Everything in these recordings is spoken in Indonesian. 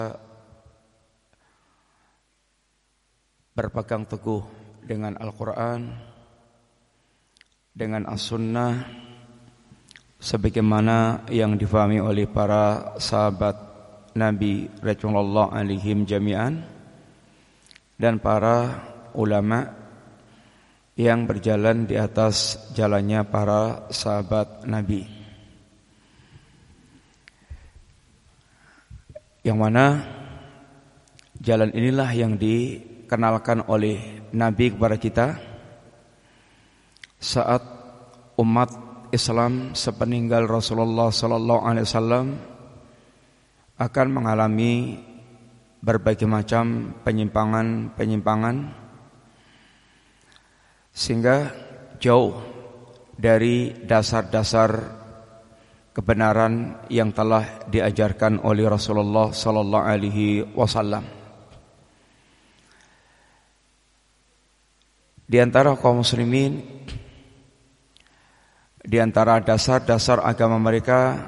berpegang teguh dengan Al-Quran, dengan As-Sunnah, sebagaimana yang difahami oleh para sahabat Nabi radhiyallahu alaihim jami'an dan para ulama yang berjalan di atas jalannya para sahabat Nabi, yang mana jalan inilah yang dikenalkan oleh Nabi kepada kita saat umat Islam sepeninggal Rasulullah sallallahu alaihi wasallam akan mengalami berbagai macam penyimpangan, sehingga jauh dari dasar-dasar kebenaran yang telah diajarkan oleh Rasulullah sallallahu alaihi wasallam. Di antara kaum muslimin, di antara dasar-dasar agama mereka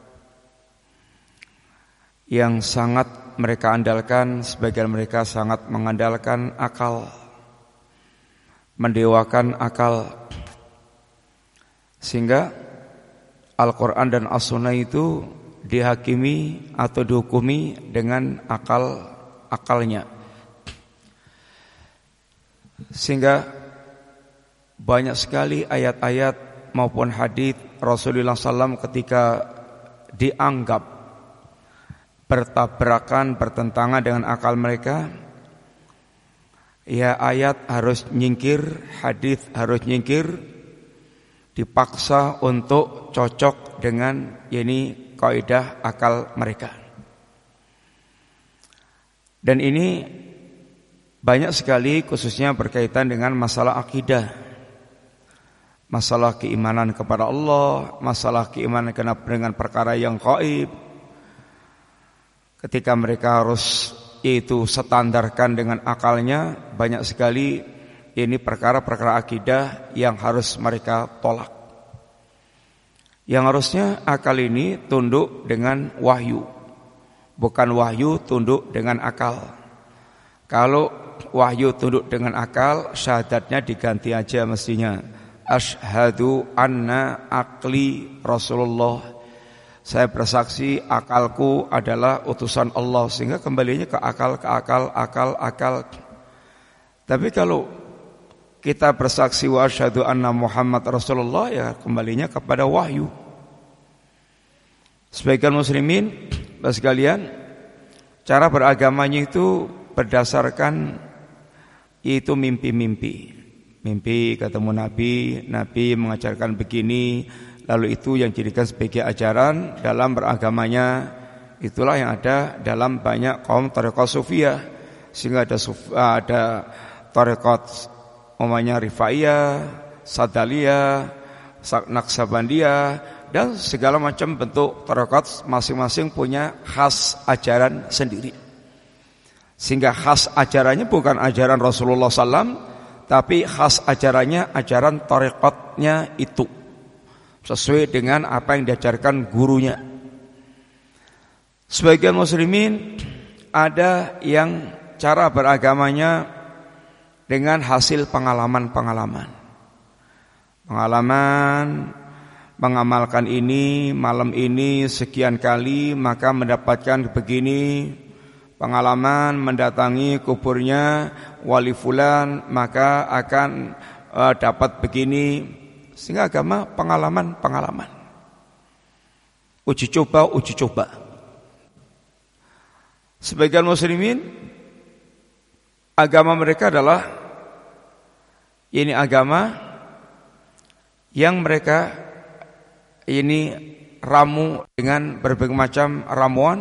yang sangat mereka andalkan, sebagian mereka sangat mengandalkan akal, mendewakan akal, sehingga Al-Quran dan As-Sunnah itu dihakimi atau dihukumi dengan akalnya. Sehingga banyak sekali ayat-ayat maupun hadis Rasulullah SAW ketika dianggap bertabrakan, bertentangan dengan akal mereka, ya ayat harus nyingkir, hadis harus nyingkir, dipaksa untuk cocok dengan ini kaidah akal mereka. Dan ini banyak sekali khususnya berkaitan dengan masalah akidah, masalah keimanan kepada Allah, masalah keimanan dengan perkara yang gaib. Ketika mereka harus yaitu standarkan dengan akalnya, banyak sekali ini perkara-perkara akidah yang harus mereka tolak. Yang harusnya akal ini tunduk dengan wahyu, bukan wahyu tunduk dengan akal. Kalau wahyu tunduk dengan akal, syahadatnya diganti aja mestinya. Asyhadu anna akli Rasulullah. Saya bersaksi akalku adalah utusan Allah, sehingga kembalinya ke akal. Tapi kalau kita bersaksi wa asyhadu anna Muhammad Rasulullah, ya kembalinya kepada wahyu. Sebagian muslimin, Bapak sekalian, cara beragamanya itu berdasarkan yaitu mimpi ketemu Nabi mengajarkan begini, lalu itu yang dijadikan sebagai ajaran dalam beragamanya. Itulah yang ada dalam banyak kaum tarekat sufiyah, sehingga ada tarekat umumnya Rifaiyah, Sadaliyah, Naksabandiyah, dan segala macam bentuk tarekat masing-masing punya khas ajaran sendiri. Sehingga khas ajarannya bukan ajaran Rasulullah SAW, tapi khas ajarannya ajaran tarekatnya itu, sesuai dengan apa yang diajarkan gurunya. Sebagian muslimin ada yang cara beragamanya dengan hasil pengalaman, mengamalkan ini malam ini sekian kali maka mendapatkan begini. Pengalaman mendatangi kuburnya wali fulan maka akan dapat begini. Sehingga agama pengalaman, uji coba. Sebagian muslimin agama mereka adalah ini agama yang mereka ini ramu dengan berbagai macam ramuan,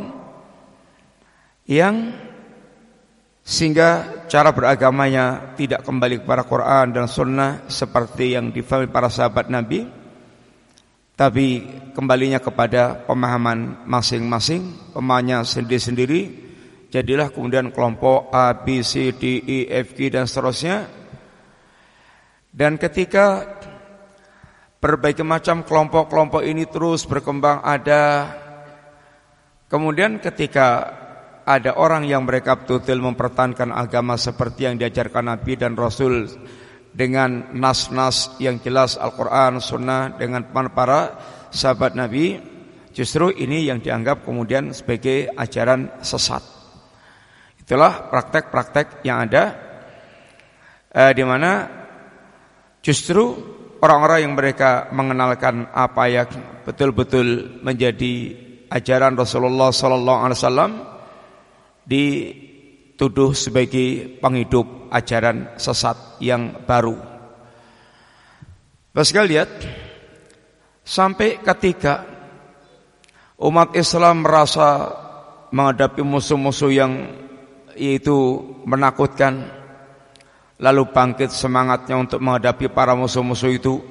yang sehingga cara beragamanya tidak kembali kepada Quran dan Sunnah seperti yang difahami para sahabat Nabi, tapi kembalinya kepada pemahaman masing-masing, pemahamannya sendiri-sendiri. Jadilah kemudian kelompok A, B, C, D, E, F, G dan seterusnya. Dan ketika berbagai macam kelompok-kelompok ini terus berkembang ada, kemudian ketika ada orang yang mereka betul-betul mempertahankan agama seperti yang diajarkan Nabi dan Rasul dengan nas-nas yang jelas Al-Quran, Sunnah, dengan para sahabat Nabi, justru ini yang dianggap kemudian sebagai ajaran sesat. Itulah praktek-praktek yang ada di mana justru orang-orang yang mereka mengenalkan apa yang betul-betul menjadi ajaran Rasulullah SAW dituduh sebagai penghidup ajaran sesat yang baru. Bapak sekalian lihat, sampai ketika umat Islam merasa menghadapi musuh-musuh yang yaitu menakutkan, lalu bangkit semangatnya untuk menghadapi para musuh-musuh itu,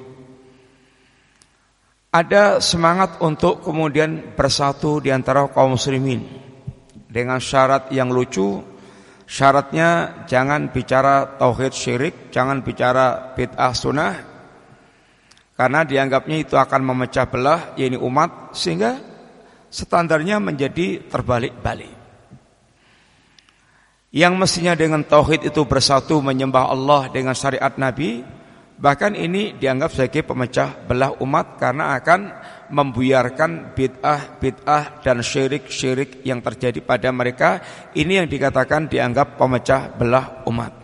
ada semangat untuk kemudian bersatu di antara kaum muslimin dengan syarat yang lucu. Syaratnya jangan bicara tauhid syirik, jangan bicara bid'ah sunnah, karena dianggapnya itu akan memecah belah yakni umat, sehingga standarnya menjadi terbalik-balik. Yang mestinya dengan tauhid itu bersatu menyembah Allah dengan syariat Nabi, bahkan ini dianggap sebagai pemecah belah umat karena akan membuyarkan bid'ah dan syirik-syirik yang terjadi pada mereka. Ini yang dikatakan dianggap pemecah belah umat.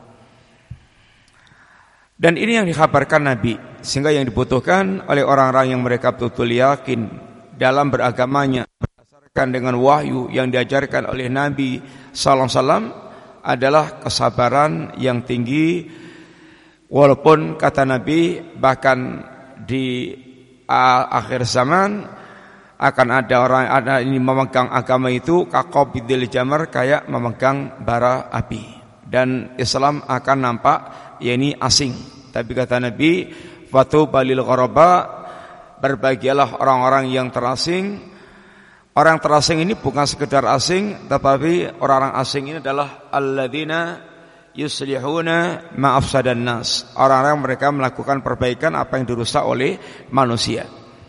Dan ini yang dikhabarkan Nabi, sehingga yang dibutuhkan oleh orang-orang yang mereka betul-betul yakin dalam beragamanya berdasarkan dengan wahyu yang diajarkan oleh Nabi sallallahu alaihi wasallam adalah kesabaran yang tinggi. Walaupun kata Nabi bahkan di akhir zaman akan ada orang ini memegang agama itu kaqabidil jamar, kayak memegang bara api, dan Islam akan nampak yakni asing. Tapi kata Nabi, fatuba lil ghuraba, berbahagialah orang-orang yang terasing. Orang terasing ini bukan sekedar asing, tetapi orang-orang asing ini adalah alladzina yuslihuna ma afsadan nas, orang-orang mereka melakukan perbaikan apa yang dirusak oleh manusia.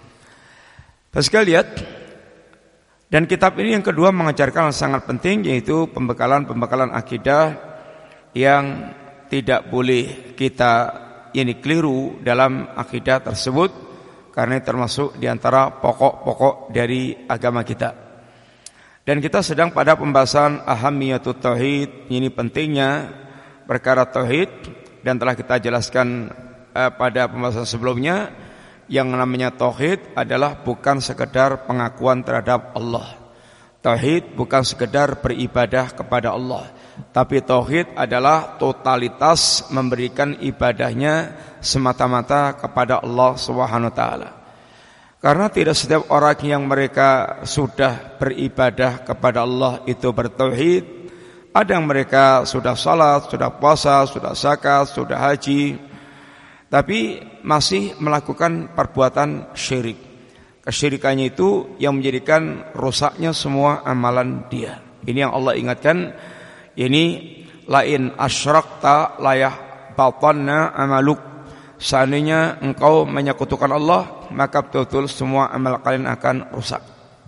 Sekali lihat, dan kitab ini yang kedua mengajarkan yang sangat penting, yaitu pembekalan akidah yang tidak boleh kita ini keliru dalam akidah tersebut, karena termasuk diantara pokok-pokok dari agama kita. Dan kita sedang pada pembahasan ahamiyatut tauhid, ini pentingnya perkara tauhid, dan telah kita jelaskan pada pembahasan sebelumnya, yang namanya tauhid adalah bukan sekedar pengakuan terhadap Allah. Tauhid bukan sekedar beribadah kepada Allah, tapi tauhid adalah totalitas memberikan ibadahnya semata-mata kepada Allah Subhanahu wa taala. Karena tidak setiap orang yang mereka sudah beribadah kepada Allah itu bertauhid. Ada yang mereka sudah salat, sudah puasa, sudah zakat, sudah haji, tapi masih melakukan perbuatan syirik. Kesyirikannya itu yang menjadikan rusaknya semua amalan dia. Ini yang Allah ingatkan, ini lain asyrakta layah batanna amaluk. Seandainya engkau menyekutukan Allah, maka betul-betul semua amal kalian akan rusak.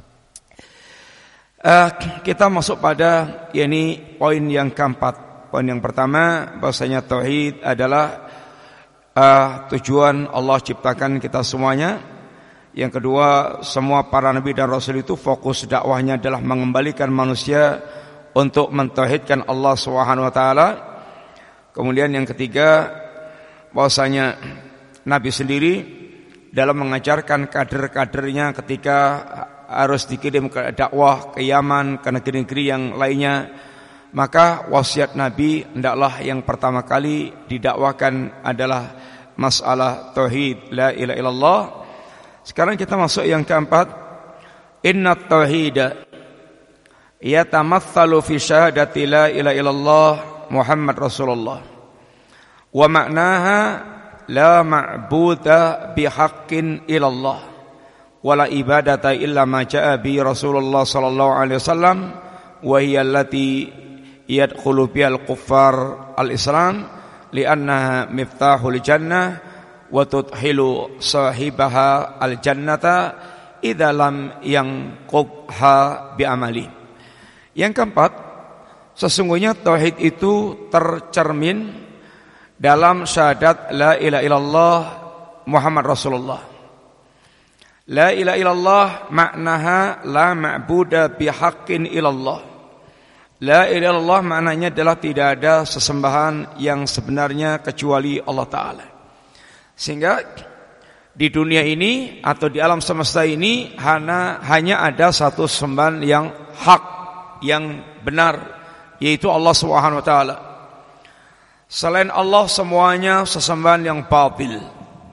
Kita masuk pada poin yang keempat. Poin yang pertama, bahwasanya tauhid adalah tujuan Allah ciptakan kita semuanya. Yang kedua, semua para nabi dan rasul itu fokus dakwahnya adalah mengembalikan manusia untuk mentauhidkan Allah Subhanahu wa taala. Kemudian yang ketiga, bahwasanya Nabi sendiri dalam mengajarkan kader-kadernya ketika harus dikirim ke dakwah ke Yaman, ke negeri-negeri yang lainnya, maka wasiat Nabi hendaklah yang pertama kali didakwakan adalah masalah tauhid la ilaha illallah. Sekarang kita masuk yang keempat, inna tauhida yatamatsalu fi syahadati la ilaha illallah Muhammad Rasulullah wa ma'naha la ma'buda bihaqqin illallah wa la ibadata illa ma ja'a bi Rasulullah sallallahu alaihi wasallam wa hiya allati yadkhulu bihal kuffar al-islam li'annaha miftahul jannah wa tudhilu sahibaha al-jannata idza lam yanqubha bi amali. Yang keempat, sesungguhnya tauhid itu tercermin dalam syahadat la ilaha illallah Muhammad Rasulullah. La ilaha illallah maknaha la ma'buda bihaqqin illallah. La ilaha illallah maknanya adalah tidak ada sesembahan yang sebenarnya kecuali Allah Ta'ala. Sehingga di dunia ini atau di alam semesta ini hanya ada satu sembahan yang hak, yang benar, yaitu Allah Subhanahu wa taala. Selain Allah semuanya sesembahan yang batil.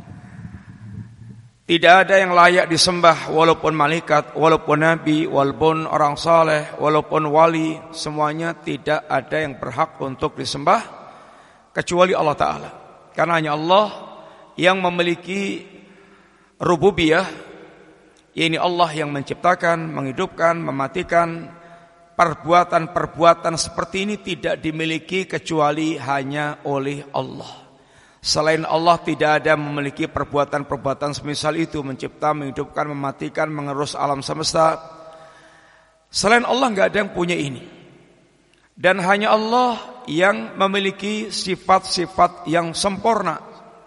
Tidak ada yang layak disembah, walaupun malaikat, walaupun nabi, walaupun orang saleh, walaupun wali, semuanya tidak ada yang berhak untuk disembah kecuali Allah Ta'ala. Karena hanya Allah yang memiliki rububiyah, yakni Allah yang menciptakan, menghidupkan, mematikan. Perbuatan-perbuatan seperti ini tidak dimiliki kecuali hanya oleh Allah. Selain Allah tidak ada memiliki perbuatan-perbuatan semisal itu, mencipta, menghidupkan, mematikan, mengurus alam semesta. Selain Allah enggak ada yang punya ini. Dan hanya Allah yang memiliki sifat-sifat yang sempurna.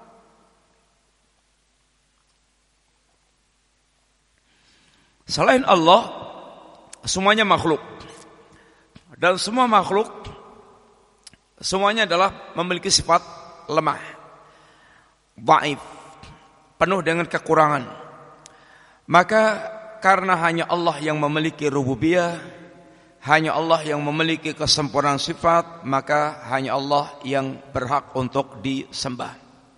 Selain Allah semuanya makhluk. Dan semua makhluk semuanya adalah memiliki sifat lemah, dhaif, penuh dengan kekurangan. Maka karena hanya Allah yang memiliki rububiyah, hanya Allah yang memiliki kesempurnaan sifat, maka hanya Allah yang berhak untuk disembah.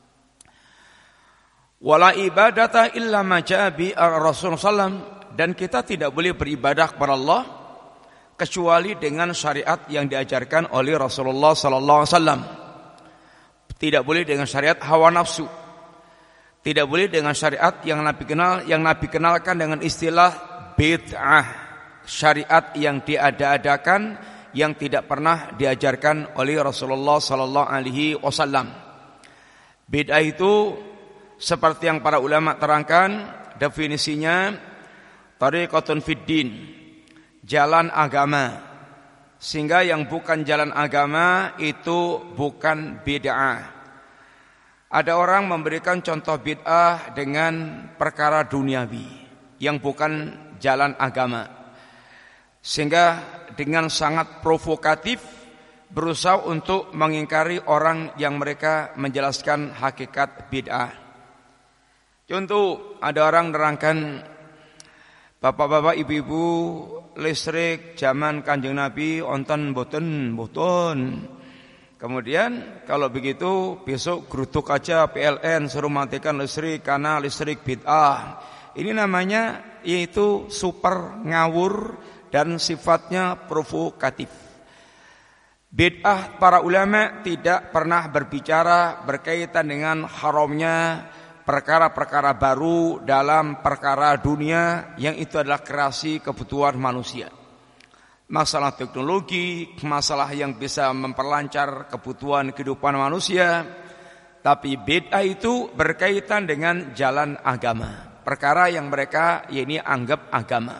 Wala ibadata illa ma ja'a bi Rasulullah sallam, dan kita tidak boleh beribadah kepada Allah kecuali dengan syariat yang diajarkan oleh Rasulullah sallallahu alaihi wasallam. Tidak boleh dengan syariat hawa nafsu. Tidak boleh dengan syariat yang Nabi kenalkan dengan istilah bid'ah, syariat yang diada-adakan yang tidak pernah diajarkan oleh Rasulullah sallallahu alaihi wasallam. Bid'ah itu seperti yang para ulama terangkan, definisinya tariqatun fid din, jalan agama. Sehingga yang bukan jalan agama itu bukan bid'ah. Ada orang memberikan contoh bid'ah dengan perkara duniawi yang bukan jalan agama. Sehingga dengan sangat provokatif berusaha untuk mengingkari orang yang mereka menjelaskan hakikat bid'ah. Contoh, ada orang nerangkan, bapak-bapak, ibu-ibu, listrik zaman Kanjeng Nabi onten boten. Kemudian kalau begitu besok geruduk aja PLN suruh matikan listrik karena listrik bid'ah. Ini namanya yaitu super ngawur dan sifatnya provokatif. Bid'ah para ulama tidak pernah berbicara berkaitan dengan haramnya perkara-perkara baru dalam perkara dunia yang itu adalah kreasi kebutuhan manusia. Masalah teknologi, masalah yang bisa memperlancar kebutuhan kehidupan manusia. Tapi bid'ah itu berkaitan dengan jalan agama, perkara yang mereka ini anggap agama.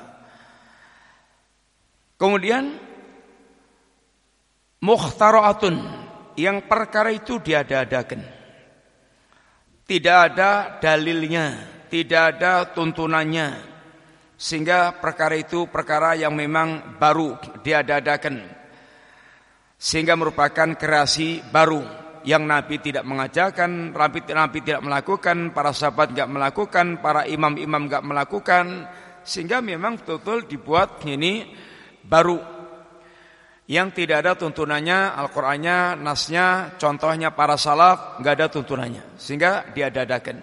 Kemudian mukhtara'atun, yang perkara itu diada-adakan. Tidak ada dalilnya, tidak ada tuntunannya, sehingga perkara itu perkara yang memang baru diada-adakan, sehingga merupakan kreasi baru yang Nabi tidak mengajarkan, Nabi tidak melakukan, para sahabat tidak melakukan, para imam-imam tidak melakukan, sehingga memang betul-betul dibuat ini baru. Yang tidak ada tuntunannya, Al-Qur'annya, nasnya, contohnya para salaf, enggak ada tuntunannya, sehingga diada-adakan.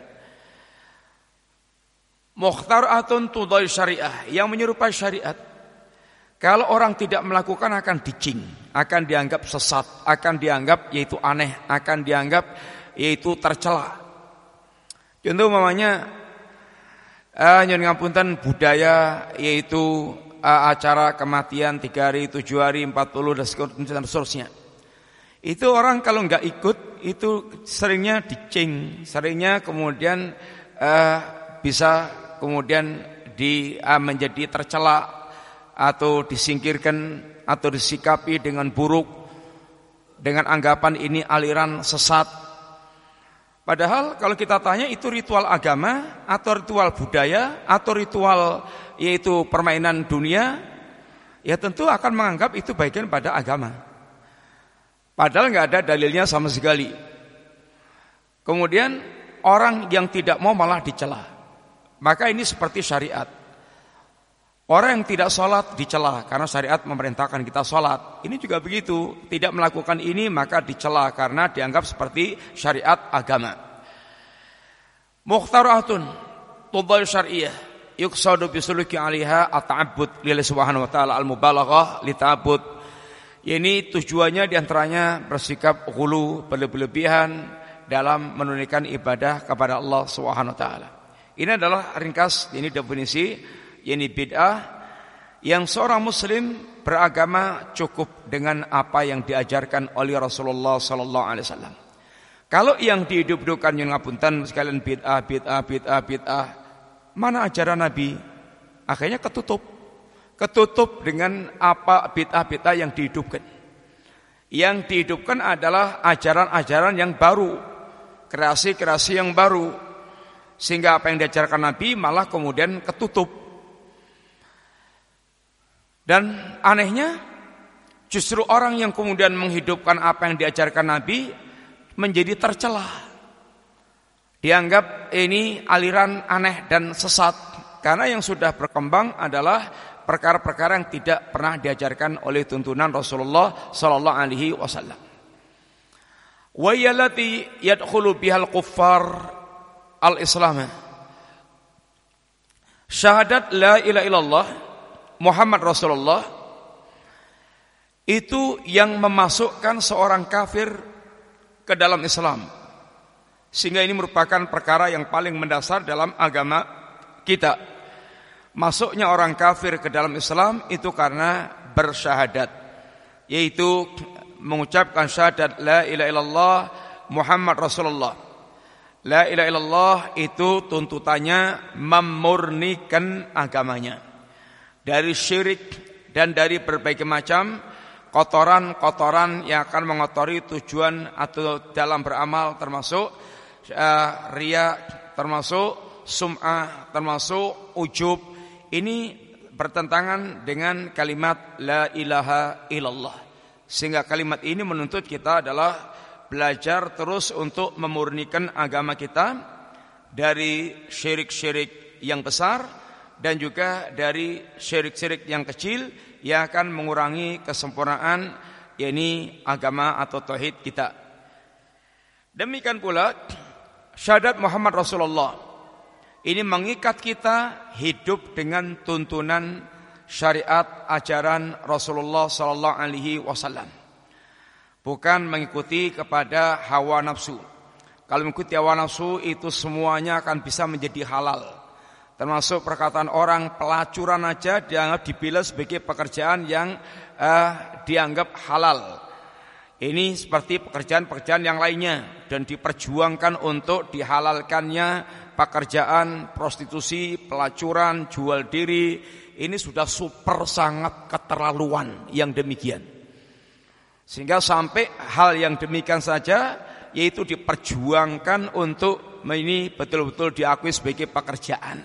Mukhtar'atun tudai syariah, yang menyerupai syariat. Kalau orang tidak melakukan akan dicing, akan dianggap sesat, akan dianggap yaitu aneh, akan dianggap yaitu tercela. Contoh umpamanya nyuwun ngapunten budaya yaitu acara kematian 3 hari, 7 hari, 40 dan seterusnya. Itu orang kalau enggak ikut itu seringnya dicing, seringnya kemudian bisa kemudian menjadi tercela atau disingkirkan atau disikapi dengan buruk, dengan anggapan ini aliran sesat. Padahal kalau kita tanya itu ritual agama atau ritual budaya atau ritual yaitu permainan dunia, ya tentu akan menganggap itu bagian pada agama. Padahal nggak ada dalilnya sama sekali. Kemudian orang yang tidak mau malah dicela. Maka ini seperti syariat. Orang yang tidak sholat dicela karena syariat memerintahkan kita sholat. Ini juga begitu. Tidak melakukan ini maka dicela karena dianggap seperti syariat agama. Mukhtaratun tudai syariah yuqsadu bisuluki 'alaiha at-ta'abbud lillahi subhanahu wa ta'ala al-mubalaghah li ta'abbud. Ini tujuannya diantaranya bersikap ghulu, berlebihan dalam menunaikan ibadah kepada Allah Subhanahu wa taala. Ini adalah ringkas, ini definisi ini bid'ah yang seorang muslim beragama cukup dengan apa yang diajarkan oleh Rasulullah sallallahu alaihi wasallam. Kalau yang dihidup-hidupkan yang ngapunten sekalian bid'ah, mana ajaran Nabi? Akhirnya ketutup dengan apa bid'ah yang dihidupkan. Yang dihidupkan adalah ajaran-ajaran yang baru, kreasi-kreasi yang baru, sehingga apa yang diajarkan Nabi malah kemudian ketutup. Dan anehnya justru orang yang kemudian menghidupkan apa yang diajarkan Nabi menjadi tercela. Dianggap ini aliran aneh dan sesat karena yang sudah berkembang adalah perkara-perkara yang tidak pernah diajarkan oleh tuntunan Rasulullah sallallahu alaihi wasallam. Wa yallati yadkhulu bihal kuffar al-islam. Syahadat la ilaha illallah Muhammad Rasulullah itu yang memasukkan seorang kafir ke dalam Islam. Sehingga ini merupakan perkara yang paling mendasar dalam agama kita. Masuknya orang kafir ke dalam Islam itu karena bersyahadat, yaitu mengucapkan syahadat la ilaha illallah Muhammad Rasulullah. La ilaha illallah itu tuntutannya memurnikan agamanya dari syirik dan dari berbagai macam kotoran-kotoran yang akan mengotori tujuan atau dalam beramal, termasuk riya, termasuk sum'ah, termasuk ujub. Ini bertentangan dengan kalimat la ilaha illallah. Sehingga kalimat ini menuntut kita adalah belajar terus untuk memurnikan agama kita dari syirik-syirik yang besar dan juga dari syirik-syirik yang kecil yang akan mengurangi kesempurnaan yakni agama atau tauhid kita. Demikian pula syahadat Muhammad Rasulullah ini mengikat kita hidup dengan tuntunan syariat ajaran Rasulullah sallallahu alaihi wasallam. Bukan mengikuti kepada hawa nafsu. Kalau mengikuti hawa nafsu itu semuanya akan bisa menjadi halal. Termasuk perkataan orang pelacuran aja dianggap dibela sebagai pekerjaan yang dianggap halal. Ini seperti pekerjaan-pekerjaan yang lainnya dan diperjuangkan untuk dihalalkannya pekerjaan prostitusi, pelacuran, jual diri. Ini sudah super sangat keterlaluan yang demikian. Sehingga sampai hal yang demikian saja yaitu diperjuangkan untuk ini betul-betul diakui sebagai pekerjaan.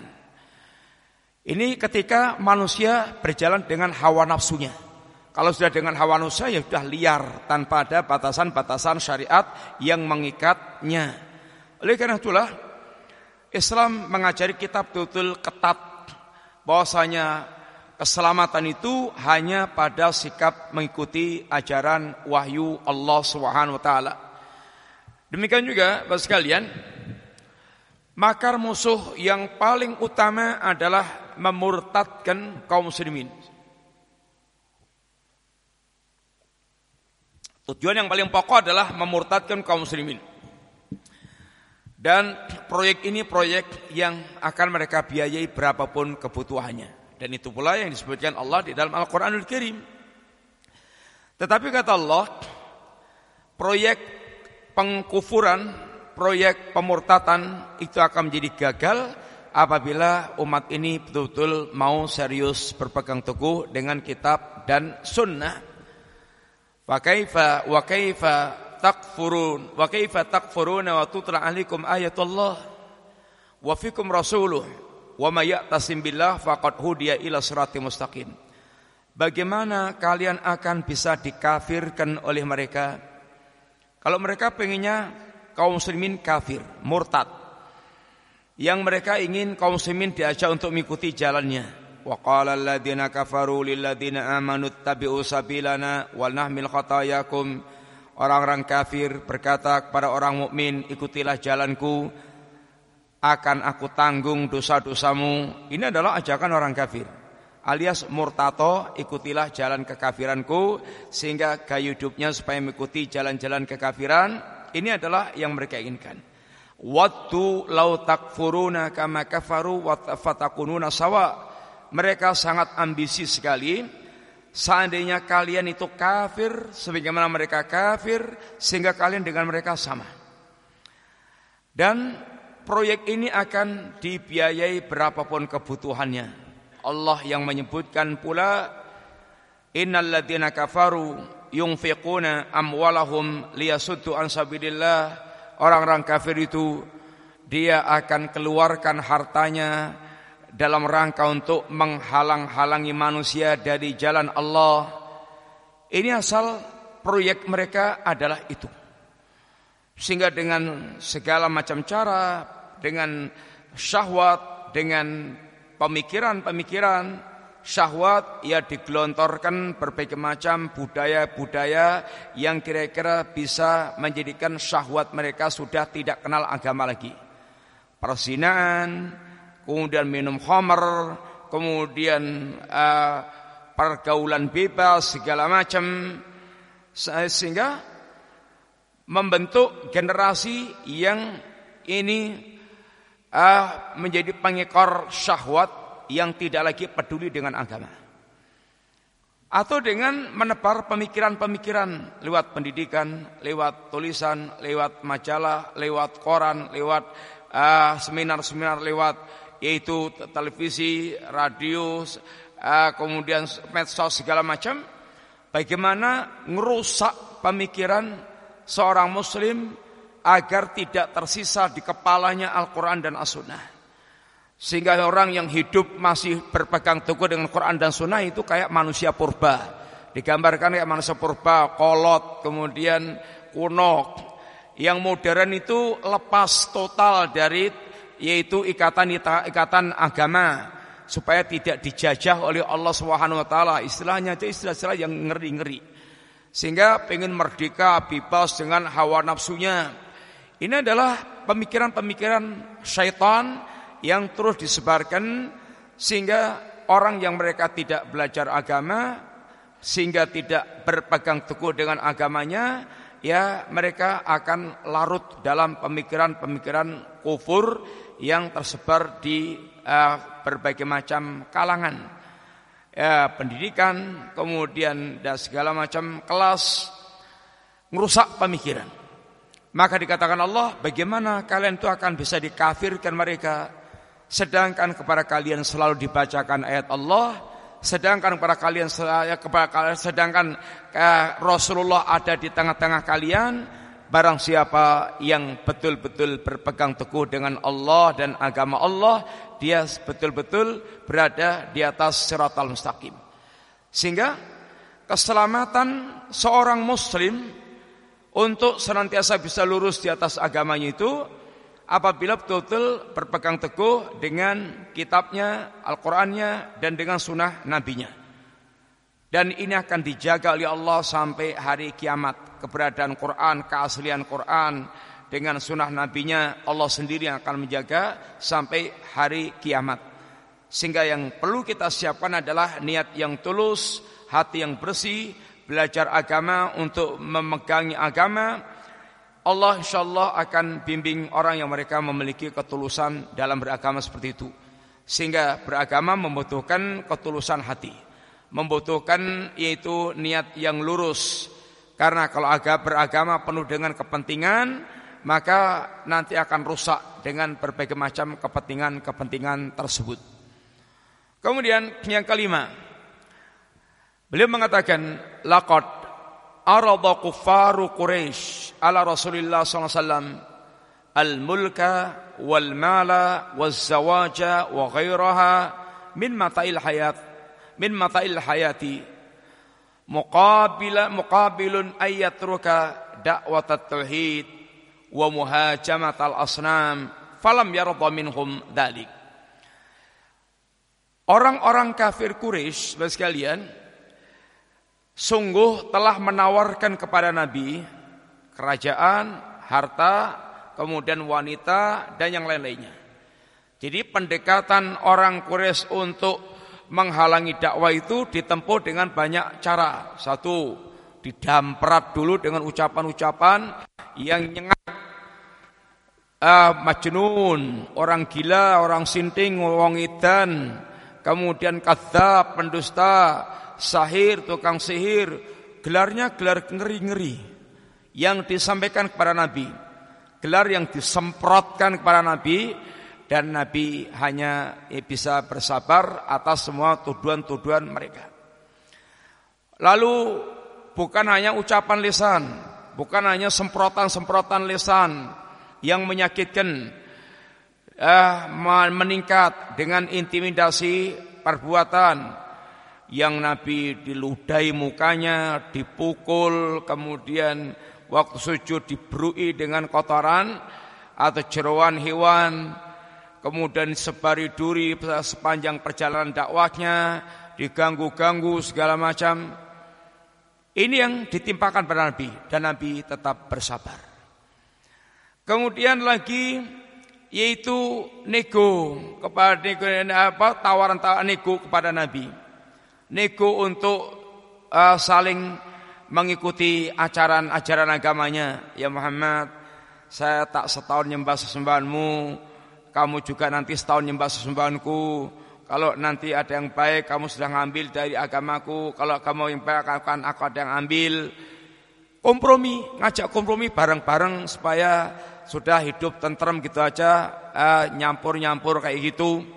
Ini ketika manusia berjalan dengan hawa nafsunya. Kalau sudah dengan hawa nafsu ya sudah liar tanpa ada batasan-batasan syariat yang mengikatnya. Oleh karena itulah Islam mengajari kita betul-betul ketat bahwasanya keselamatan itu hanya pada sikap mengikuti ajaran wahyu Allah Subhanahu wa taala. Demikian juga Bapak sekalian, makar musuh yang paling utama adalah memurtadkan kaum muslimin. Tujuan yang paling pokok adalah memurtadkan kaum muslimin. Dan proyek ini proyek yang akan mereka biayai berapapun kebutuhannya. Dan itu pula yang disebutkan Allah di dalam Al-Quranul Karim. Tetapi kata Allah, proyek pengkufuran, proyek pemurtatan itu akan menjadi gagal apabila umat ini betul-betul mau serius berpegang teguh dengan kitab dan sunnah. Wa kaifa takfuruna wa tutla alaikum ayatullah wa fikum rasuluh wa may ya'tasim billah faqad hudiya ila siratal mustaqim. Bagaimana kalian akan bisa dikafirkan oleh mereka kalau mereka pengennya kaum muslimin kafir, murtad, yang mereka ingin kaum muslimin diajak untuk mengikuti jalannya. Wa qala alladziina kafaru lil ladziina aamanu ittabi'u sabilana wal nahmil khatayakum. Orang-orang kafir berkata kepada orang mukmin, ikutilah jalanku, akan aku tanggung dosa-dosamu. Ini adalah ajakan orang kafir, alias murtato, ikutilah jalan kekafiranku, sehingga gaya hidupnya supaya mengikuti jalan-jalan kekafiran. Ini adalah yang mereka inginkan. Wattu law takfuruna kama kafaru wa fatakununa sawa. Mereka sangat ambisi sekali. Seandainya kalian itu kafir sebagaimana mereka kafir, sehingga kalian dengan mereka sama. Dan proyek ini akan dibiayai berapapun kebutuhannya. Allah yang menyebutkan pula, innal ladzina kafaru yunfiquna amwalahum liyasuddu an sabilillah. Orang-orang kafir itu dia akan keluarkan hartanya dalam rangka untuk menghalang-halangi manusia dari jalan Allah. Ini asal proyek mereka adalah itu. Sehingga dengan segala macam cara, dengan syahwat, dengan pemikiran-pemikiran syahwat, ia digelontorkan berbagai macam budaya-budaya yang kira-kira bisa menjadikan syahwat mereka sudah tidak kenal agama lagi. Perzinaan, kemudian minum khamr, kemudian pergaulan bebas, segala macam, sehingga membentuk generasi yang ini menjadi pengekor syahwat yang tidak lagi peduli dengan agama, atau dengan menebar pemikiran-pemikiran lewat pendidikan, lewat tulisan, lewat majalah, lewat koran, lewat seminar-seminar, lewat yaitu televisi, radio, kemudian medsos, segala macam. Bagaimana merusak pemikiran seorang muslim agar tidak tersisa di kepalanya Al-Quran dan As-Sunnah. Sehingga orang yang hidup masih berpegang teguh dengan Quran dan Sunnah itu kayak manusia purba. Digambarkan kayak manusia purba, kolot, kemudian kuno. Yang modern itu lepas total dari yaitu ikatan agama, supaya tidak dijajah oleh Allah Subhanahu wa taala. Istilahnya itu istilah-istilah yang ngeri-ngeri. Sehingga pengen merdeka, bebas dengan hawa nafsunya. Ini adalah pemikiran-pemikiran syaitan yang terus disebarkan, sehingga orang yang mereka tidak belajar agama, sehingga tidak berpegang teguh dengan agamanya, ya mereka akan larut dalam pemikiran-pemikiran kufur yang tersebar di berbagai macam kalangan, pendidikan, kemudian dan segala macam kelas, merusak pemikiran. Maka dikatakan Allah, bagaimana kalian itu akan bisa dikafirkan mereka, sedangkan kepada kalian selalu dibacakan ayat Allah, sedangkan Rasulullah ada di tengah-tengah kalian. Barang siapa yang betul-betul berpegang teguh dengan Allah dan agama Allah, dia betul-betul berada di atas siratal mustaqim. Sehingga keselamatan seorang muslim untuk senantiasa bisa lurus di atas agamanya itu apabila betul-betul berpegang teguh dengan kitabnya, Al-Qur'annya, dan dengan sunnah nabinya. Dan ini akan dijaga oleh Allah sampai hari kiamat. Keberadaan Quran, keaslian Quran dengan sunnah nabinya, Allah sendiri yang akan menjaga sampai hari kiamat. Sehingga yang perlu kita siapkan adalah niat yang tulus, hati yang bersih, belajar agama untuk memegangi agama. Allah insyaallah akan bimbing orang yang mereka memiliki ketulusan dalam beragama seperti itu. Sehingga beragama membutuhkan ketulusan hati, membutuhkan yaitu niat yang lurus. Karena kalau beragama penuh dengan kepentingan, maka nanti akan rusak dengan berbagai macam kepentingan tersebut. Kemudian yang kelima, beliau mengatakan laqad arada kuffaru Quraisy ala Rasulillah sallallahu alaihi wasallam al-mulka wal mala waz zawaja wa ghairaha min mata'il hayati muqabilun ayyatruka da'wat at-tauhid wa muhajamat al-asnam falam yarda minhum dzalik. Orang-orang kafir Quraisy, Bapak sekalian, sungguh telah menawarkan kepada Nabi kerajaan, harta, kemudian wanita dan yang lain-lainnya. Jadi pendekatan orang Quraisy untuk menghalangi dakwah itu ditempuh dengan banyak cara. Satu, didamprat dulu dengan ucapan-ucapan yang nyengat, majnun, orang gila, orang sinting, wong edan, kemudian kadzab, pendusta, sahir, tukang sihir, gelarnya gelar ngeri-ngeri yang disampaikan kepada Nabi, gelar yang disemprotkan kepada Nabi, dan Nabi hanya bisa bersabar atas semua tuduhan-tuduhan mereka. Lalu bukan hanya ucapan lisan, bukan hanya semprotan-semprotan lisan yang menyakitkan, meningkat dengan intimidasi perbuatan yang Nabi diludahi mukanya, dipukul, kemudian waktu sujud diberui dengan kotoran atau jeroan hewan, kemudian sebari duri sepanjang perjalanan dakwahnya, diganggu-ganggu segala macam. Ini yang ditimpakan pada Nabi, dan Nabi tetap bersabar. Kemudian lagi yaitu nego kepada tawaran nego kepada Nabi, nego untuk saling mengikuti ajaran agamanya. Ya Muhammad, saya tak setahun nyembah sesembahanmu, kamu juga nanti setahun nyembah sesembahanku. Kalau nanti ada yang baik, kamu sudah ngambil dari agamaku. Kalau kamu yang baik, akan aku ada yang ambil. Kompromi, ngajak kompromi bareng-bareng supaya sudah hidup tentrem gitu aja, nyampur-nyampur kayak gitu.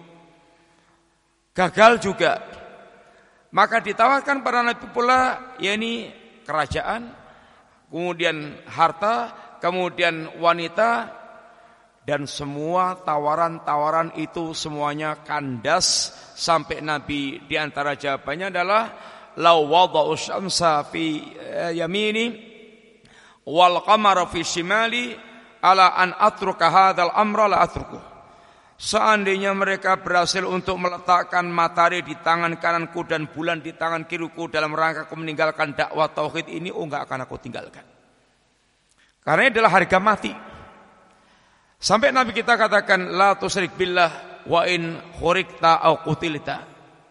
Gagal juga. Maka ditawarkan pada Nabi pula, yakni kerajaan, kemudian harta, kemudian wanita, dan semua tawaran-tawaran itu semuanya kandas sampai Nabi di antara jawabannya adalah law wada'u syamsa fi yamini wal qamara fi shimali ala an atruka hadzal amra la atruku. Seandainya mereka berhasil untuk meletakkan matahari di tangan kananku dan bulan di tangan kiriku dalam rangka aku meninggalkan dakwah tauhid ini, enggak akan aku tinggalkan. Karena ini adalah harga mati. Sampai Nabi kita katakan la tusyrik billah wa in khurikta au qutilta.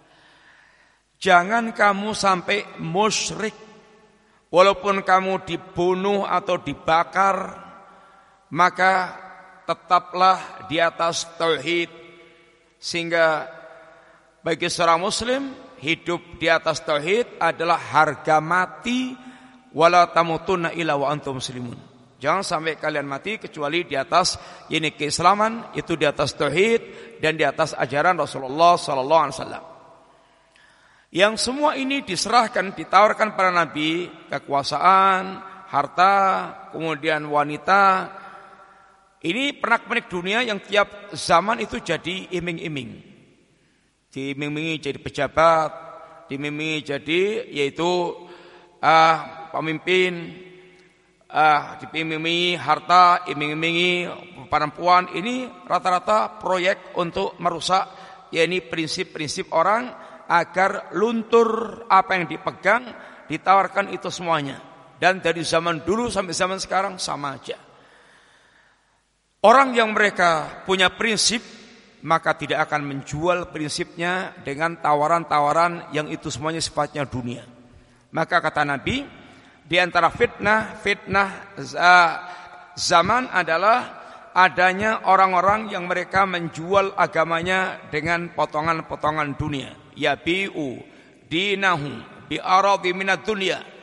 Jangan kamu sampai musyrik, walaupun kamu dibunuh atau dibakar, maka tetaplah di atas tauhid. Sehingga bagi seorang muslim, hidup di atas tauhid adalah harga mati. Wala tamutunna illa wa antum muslimun. Jangan sampai kalian mati kecuali di atas ini keislaman, itu di atas tauhid dan di atas ajaran Rasulullah sallallahu alaihi wasallam. Yang semua ini diserahkan, ditawarkan pada Nabi, kekuasaan, harta, kemudian wanita. Ini pernak-pernik dunia yang tiap zaman itu jadi iming-iming. Diiming-imingi jadi pejabat, diiming-imingi jadi yaitu pemimpin, diiming-imingi harta, iming-imingi perempuan. Ini rata-rata proyek untuk merusak, yakni prinsip-prinsip orang agar luntur apa yang dipegang, ditawarkan itu semuanya. Dan dari zaman dulu sampai zaman sekarang sama aja. Orang yang mereka punya prinsip, maka tidak akan menjual prinsipnya dengan tawaran-tawaran yang itu semuanya sifatnya dunia. Maka kata Nabi, di antara fitnah zaman adalah adanya orang-orang yang mereka menjual agamanya dengan potongan-potongan dunia. Yabi'u dinahu bi'aradi minad dunya.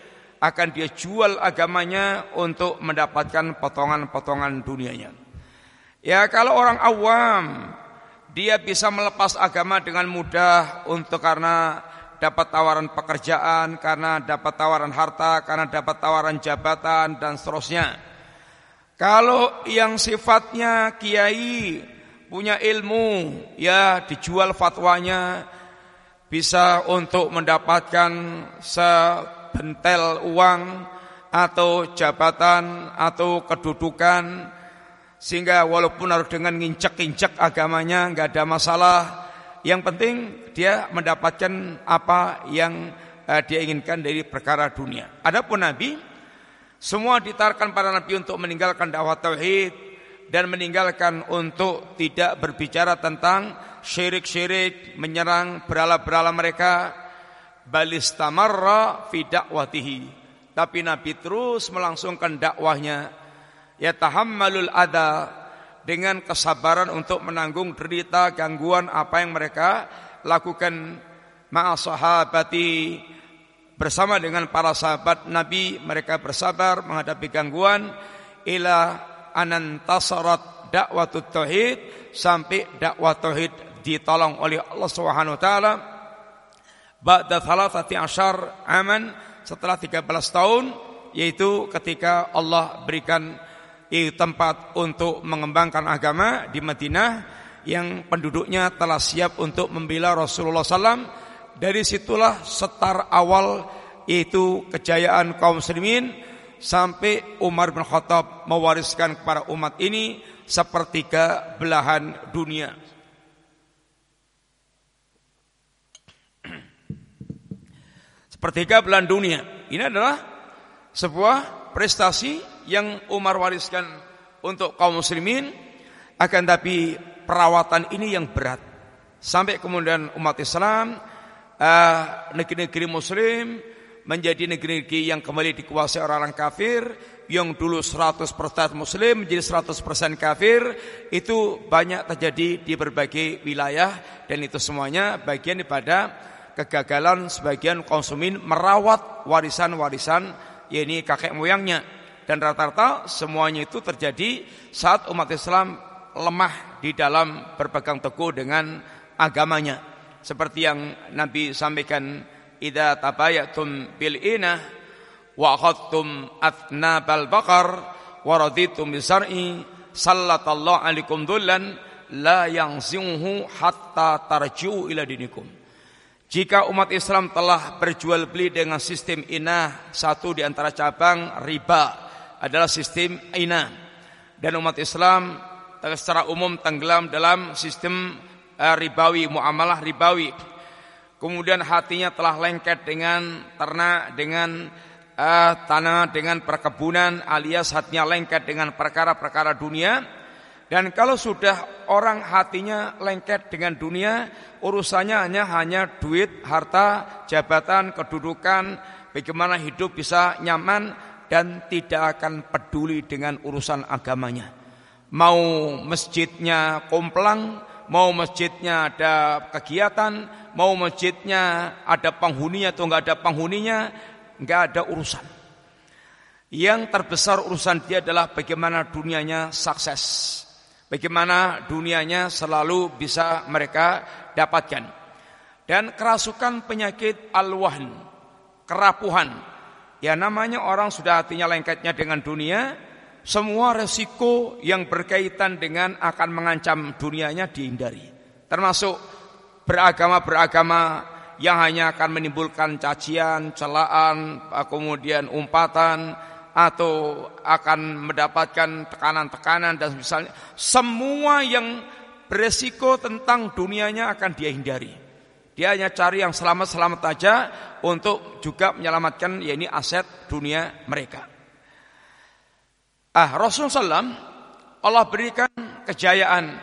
akan dia jual agamanya untuk mendapatkan potongan-potongan dunianya. Ya, kalau orang awam dia bisa melepas agama dengan mudah karena dapat tawaran pekerjaan, karena dapat tawaran harta, karena dapat tawaran jabatan dan seterusnya. Kalau yang sifatnya kiai, punya ilmu, ya dijual fatwanya, bisa untuk mendapatkan sebentel uang atau jabatan atau kedudukan, sehingga walaupun harus dengan nginjek-injek agamanya nggak ada masalah. Yang penting dia mendapatkan apa yang dia inginkan dari perkara dunia. Adapun Nabi, semua ditawarkan para Nabi untuk meninggalkan dakwah tauhid dan meninggalkan untuk tidak berbicara tentang syirik-syirik, menyerang berhala-berhala mereka. Balistamarra fi dakwatihi. Tapi Nabi terus melangsungkan dakwahnya. Yatahammalul adha, dengan kesabaran untuk menanggung derita, gangguan apa yang mereka lakukan. Ma'a sahabati, bersama dengan para sahabat Nabi, mereka bersabar menghadapi gangguan. Ila anantasarat dakwatut tauhid, sampai dakwah tauhid ditolong oleh Allah Subhanahu wa taala. Ba'da 13 aman, setelah 13 tahun, yaitu ketika Allah berikan tempat untuk mengembangkan agama di Madinah yang penduduknya telah siap untuk membela Rasulullah SAW. Dari situlah setar awal, yaitu kejayaan kaum muslimin, sampai Umar bin Khattab mewariskan kepada umat ini sepertiga belahan dunia. Sepertiga belahan dunia. Ini adalah sebuah prestasi yang Umar wariskan untuk kaum muslimin. Akan tapi perawatan ini yang berat, sampai kemudian umat Islam, negeri-negeri muslim menjadi negeri-negeri yang kembali dikuasai orang kafir. Yang dulu 100% muslim menjadi 100% kafir. Itu banyak terjadi di berbagai wilayah, dan itu semuanya bagian daripada kegagalan sebagian kaum muslimin merawat warisan-warisan, yakni kakek moyangnya. Dan rata-rata semuanya itu terjadi saat umat Islam lemah di dalam berpegang teguh dengan agamanya. Seperti yang Nabi sampaikan, idza tabayatum bil inah wa akhadtum atnabal baqar wa raditum bisar'i sallatallahu alaikum dhullan la yanzihu hatta tarji'u ila dinikum. Jika umat Islam telah berjual beli dengan sistem inah, satu di antara cabang riba adalah sistem inah, dan umat Islam secara umum tenggelam dalam sistem ribawi, muamalah ribawi. Kemudian hatinya telah lengket dengan ternak, dengan tanah, dengan perkebunan, alias hatinya lengket dengan perkara-perkara dunia. Dan kalau sudah orang hatinya lengket dengan dunia, urusannya hanya duit, harta, jabatan, kedudukan, bagaimana hidup bisa nyaman, dan tidak akan peduli dengan urusan agamanya. Mau masjidnya komplang, mau masjidnya ada kegiatan, mau masjidnya ada penghuninya atau enggak ada penghuninya, enggak ada urusan. Yang terbesar urusan dia adalah bagaimana dunianya sukses, bagaimana dunianya selalu bisa mereka dapatkan. Dan kerasukan penyakit al-wahn, kerapuhan. Ya, namanya orang sudah hatinya lengketnya dengan dunia, semua resiko yang berkaitan dengan akan mengancam dunianya dihindari. Termasuk beragama-beragama yang hanya akan menimbulkan cacian, celaan, kemudian umpatan, atau akan mendapatkan tekanan-tekanan dan misalnya semua yang beresiko tentang dunianya akan dia hindari. Dia hanya cari yang selamat-selamat saja untuk juga menyelamatkan, yakni aset dunia mereka. Rasulullah SAW Allah berikan kejayaan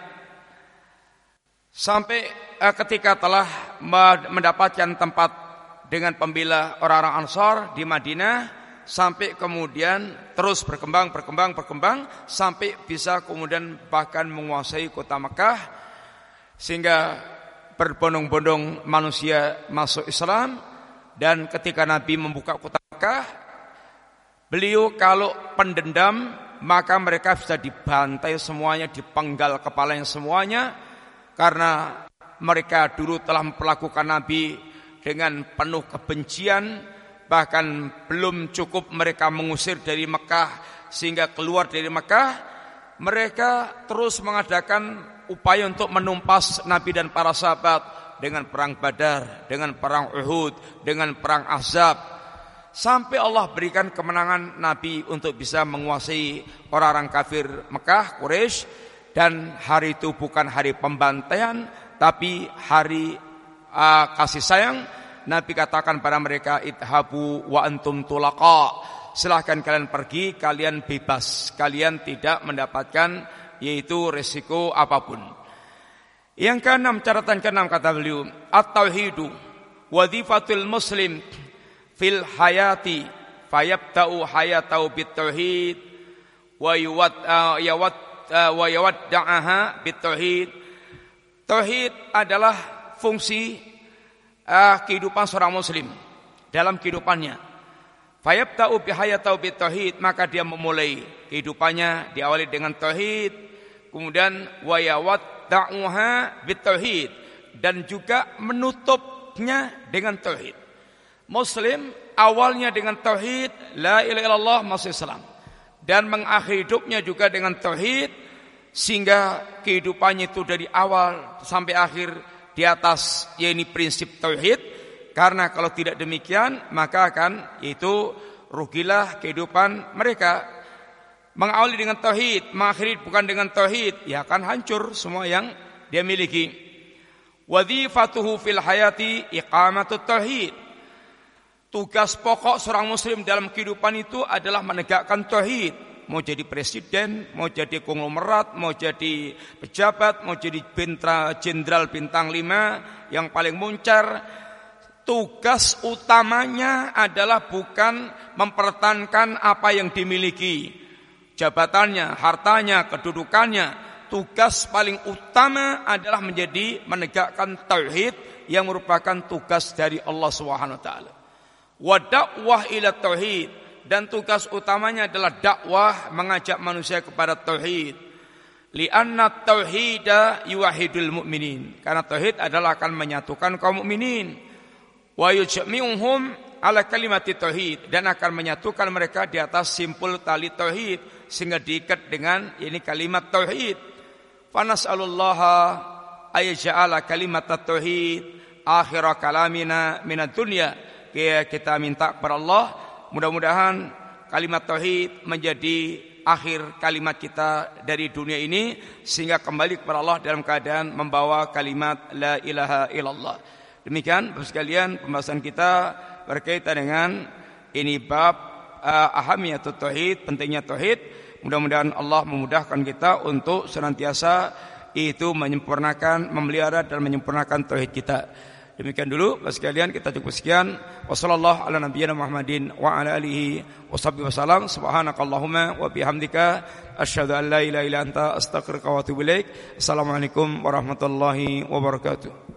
sampai ketika telah mendapatkan tempat dengan pembela orang-orang Ansar di Madinah, sampai kemudian terus berkembang sampai bisa kemudian bahkan menguasai kota Mekah, sehingga berbondong-bondong manusia masuk Islam. Dan ketika Nabi membuka kota Mekah, Beliau kalau pendendam maka mereka bisa dibantai semuanya, dipenggal kepalanya semuanya, karena mereka dulu telah memperlakukan Nabi dengan penuh kebencian. Bahkan belum cukup mereka mengusir dari Mekah sehingga keluar dari Mekah, mereka terus mengadakan upaya untuk menumpas Nabi dan para sahabat dengan perang Badar, dengan perang Uhud, dengan perang Ahzab, sampai Allah berikan kemenangan Nabi untuk bisa menguasai orang-orang kafir Mekah, Quraisy. Dan hari itu bukan hari pembantaian, tapi hari kasih sayang. Nabi katakan pada mereka, idhabu wa antum tulaqa, silahkan kalian pergi, kalian bebas, kalian tidak mendapatkan yaitu resiko apapun. Yang keenam, catatan keenam kata beliau, at-tauhidu wadhifatul muslim fil hayati fayabta'u hayatahu bitauhid wa yawadda'aha bitauhid. Tauhid adalah fungsi kehidupan seorang muslim dalam kehidupannya. Fayabta'u bihayatahu bitauhid, maka dia memulai kehidupannya diawali dengan tauhid, kemudian wa yawadda'uha bitauhid, dan juga menutupnya dengan tauhid. Muslim awalnya dengan tauhid, la ilaha illallah Muhammad sallallahu, dan mengakhiri hidupnya juga dengan tauhid, sehingga kehidupannya itu dari awal sampai akhir di atas yakni prinsip tauhid. Karena kalau tidak demikian maka akan itu rugilah kehidupan mereka. Mengawali dengan tauhid, mengakhiri bukan dengan tauhid, ya akan hancur semua yang dia miliki. Wadhifatuhu fil hayati iqamatut tauhid. Tugas pokok seorang muslim dalam kehidupan itu adalah menegakkan tauhid. Mau jadi presiden, mau jadi konglomerat, mau jadi pejabat, mau jadi jenderal bintang 5 yang paling muncar, tugas utamanya adalah bukan mempertahankan apa yang dimiliki, jabatannya, hartanya, kedudukannya. Tugas paling utama adalah menegakkan tauhid yang merupakan tugas dari Allah Subhanahu wa taala. Wa da'wah ila tauhid, dan tugas utamanya adalah dakwah, mengajak manusia kepada tauhid. Li'anna tauhida yuwahidul mu'minin, karena tauhid adalah akan menyatukan kaum mukminin. Wa yujmi'uhum ala kalimati tauhid, dan akan menyatukan mereka di atas simpul tali tauhid sehingga diikat dengan ini kalimat tauhid. Fa nas'alullaha ayja'ala kalimat tauhid akhir kalamina minad dunya. Kita minta kepada Allah, mudah-mudahan kalimat tauhid menjadi akhir kalimat kita dari dunia ini, sehingga kembali kepada Allah dalam keadaan membawa kalimat la ilaha illallah. Demikian Bapak sekalian pembahasan kita berkaitan dengan ini bab ahamiyatut tauhid, pentingnya tauhid. Mudah-mudahan Allah memudahkan kita untuk senantiasa itu menyempurnakan, memelihara dan menyempurnakan tauhid kita. Demikian dulu Bapak sekalian, kita cukup sekian. Wassallallahu ala nabiyyina Muhammadin wa ala alihi washabbihi wasallam. Subhanakallahumma wa bihamdika asyhadu an la ilaha illa anta astaghfiruka wa atubu ilaik. Assalamualaikum warahmatullahi wabarakatuh.